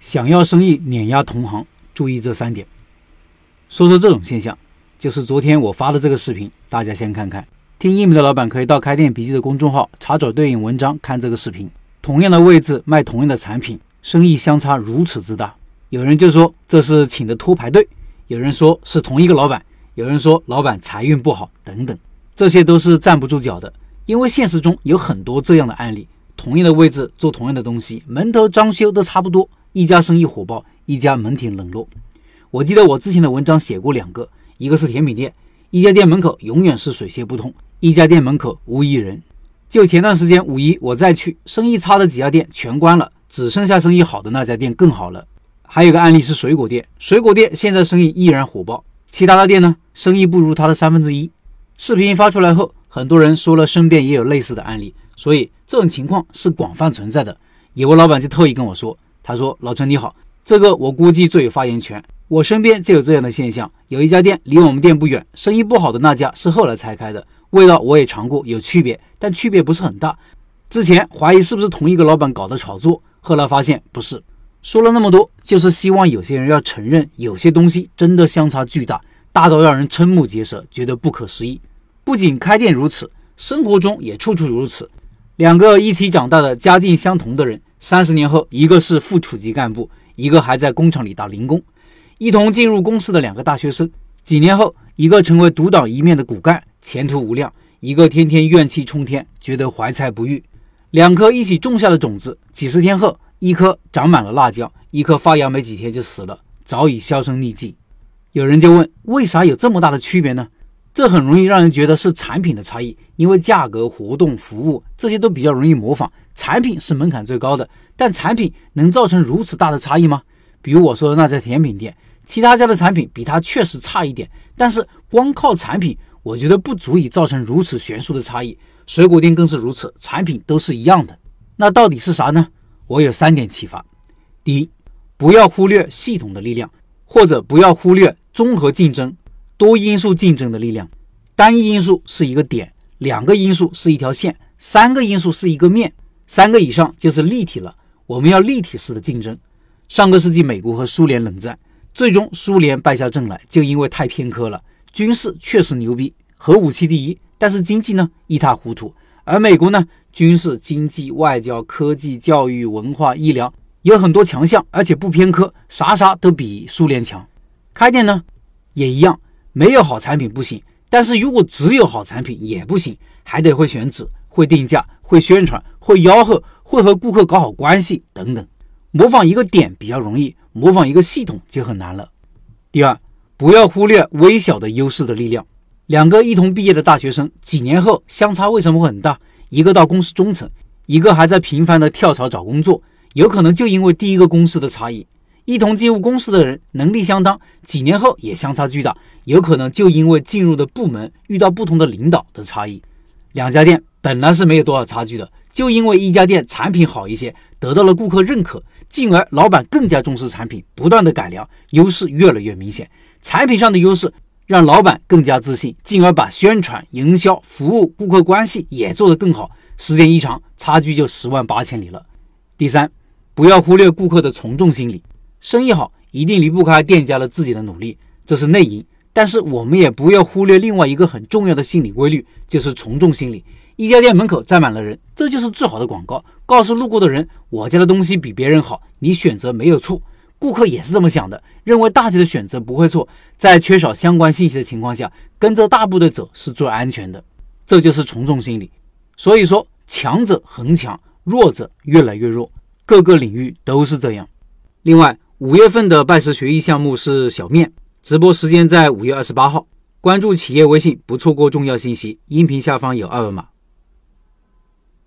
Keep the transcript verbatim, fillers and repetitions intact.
想要生意碾压同行，注意这三点。说说这种现象，就是昨天我发的这个视频，大家先看看。听音频的老板可以到开店笔记的公众号查找对应文章看这个视频。同样的位置卖同样的产品，生意相差如此之大。有人就说这是请的拖排队，有人说是同一个老板，有人说老板财运不好等等，这些都是站不住脚的。因为现实中有很多这样的案例，同样的位置做同样的东西，门头装修都差不多，一家生意火爆，一家门庭冷落。我记得我之前的文章写过两个，一个是甜品店，一家店门口永远是水泄不通，一家店门口无一人。就前段时间五一我再去，生意差的几家店全关了，只剩下生意好的那家店更好了。还有一个案例是水果店，水果店现在生意依然火爆，其他的店呢，生意不如它的三分之一。视频发出来后，很多人说了身边也有类似的案例，所以这种情况是广泛存在的。有位老板就特意跟我说，他说老陈你好，这个我估计最有发言权，我身边就有这样的现象，有一家店离我们店不远，生意不好的那家是后来拆开的，味道我也尝过，有区别，但区别不是很大。之前怀疑是不是同一个老板搞的炒作，后来发现不是。说了那么多，就是希望有些人要承认，有些东西真的相差巨大，大到让人瞠目结舌，觉得不可思议。不仅开店如此，生活中也处处如此。两个一起长大的家境相同的人，三十年后，一个是副处级干部，一个还在工厂里打零工。一同进入公司的两个大学生，几年后，一个成为独当一面的骨干，前途无量，一个天天怨气冲天，觉得怀才不遇。两颗一起种下的种子，几十天后，一颗长满了辣椒，一颗发芽没几天就死了，早已销声匿迹。有人就问，为啥有这么大的区别呢？这很容易让人觉得是产品的差异，因为价格、活动、服务这些都比较容易模仿，产品是门槛最高的，但产品能造成如此大的差异吗？比如我说的那家甜品店，其他家的产品比它确实差一点，但是光靠产品我觉得不足以造成如此悬殊的差异。水果店更是如此，产品都是一样的，那到底是啥呢？我有三点启发。第一，不要忽略系统的力量，或者不要忽略综合竞争、多因素竞争的力量。单一因素是一个点，两个因素是一条线，三个因素是一个面，三个以上就是立体了。我们要立体式的竞争。上个世纪美国和苏联冷战，最终苏联败下阵来，就因为太偏科了。军事确实牛逼，核武器第一，但是经济呢一塌糊涂。而美国呢，军事、经济、外交、科技、教育、文化、医疗有很多强项，而且不偏科，啥啥都比苏联强。开店呢也一样，没有好产品不行，但是如果只有好产品也不行，还得会选址、会定价、会宣传、会吆喝、会和顾客搞好关系等等。模仿一个点比较容易，模仿一个系统就很难了。第二，不要忽略微小的优势的力量。两个一同毕业的大学生，几年后相差为什么会很大？一个到公司中层，一个还在频繁的跳槽找工作，有可能就因为第一个公司的差异。一同进入公司的人能力相当，几年后也相差巨大，有可能就因为进入的部门遇到不同的领导的差异。两家店本来是没有多少差距的，就因为一家店产品好一些，得到了顾客认可，进而老板更加重视产品，不断的改良，优势越来越明显。产品上的优势让老板更加自信，进而把宣传、营销、服务、顾客关系也做得更好，时间一长，差距就十万八千里了。第三，不要忽略顾客的从众心理。生意好一定离不开店家的自己的努力，这是内因，但是我们也不要忽略另外一个很重要的心理规律，就是从众心理。一家店门口站满了人，这就是最好的广告，告诉路过的人，我家的东西比别人好，你选择没有错。顾客也是这么想的，认为大家的选择不会错，在缺少相关信息的情况下，跟着大部队走是最安全的，这就是从众心理。所以说，强者恒强，弱者越来越弱，各个领域都是这样。另外，五月份的拜师学艺项目是小面，直播时间在五月二十八号，关注企业微信不错过重要信息，音频下方有二维码。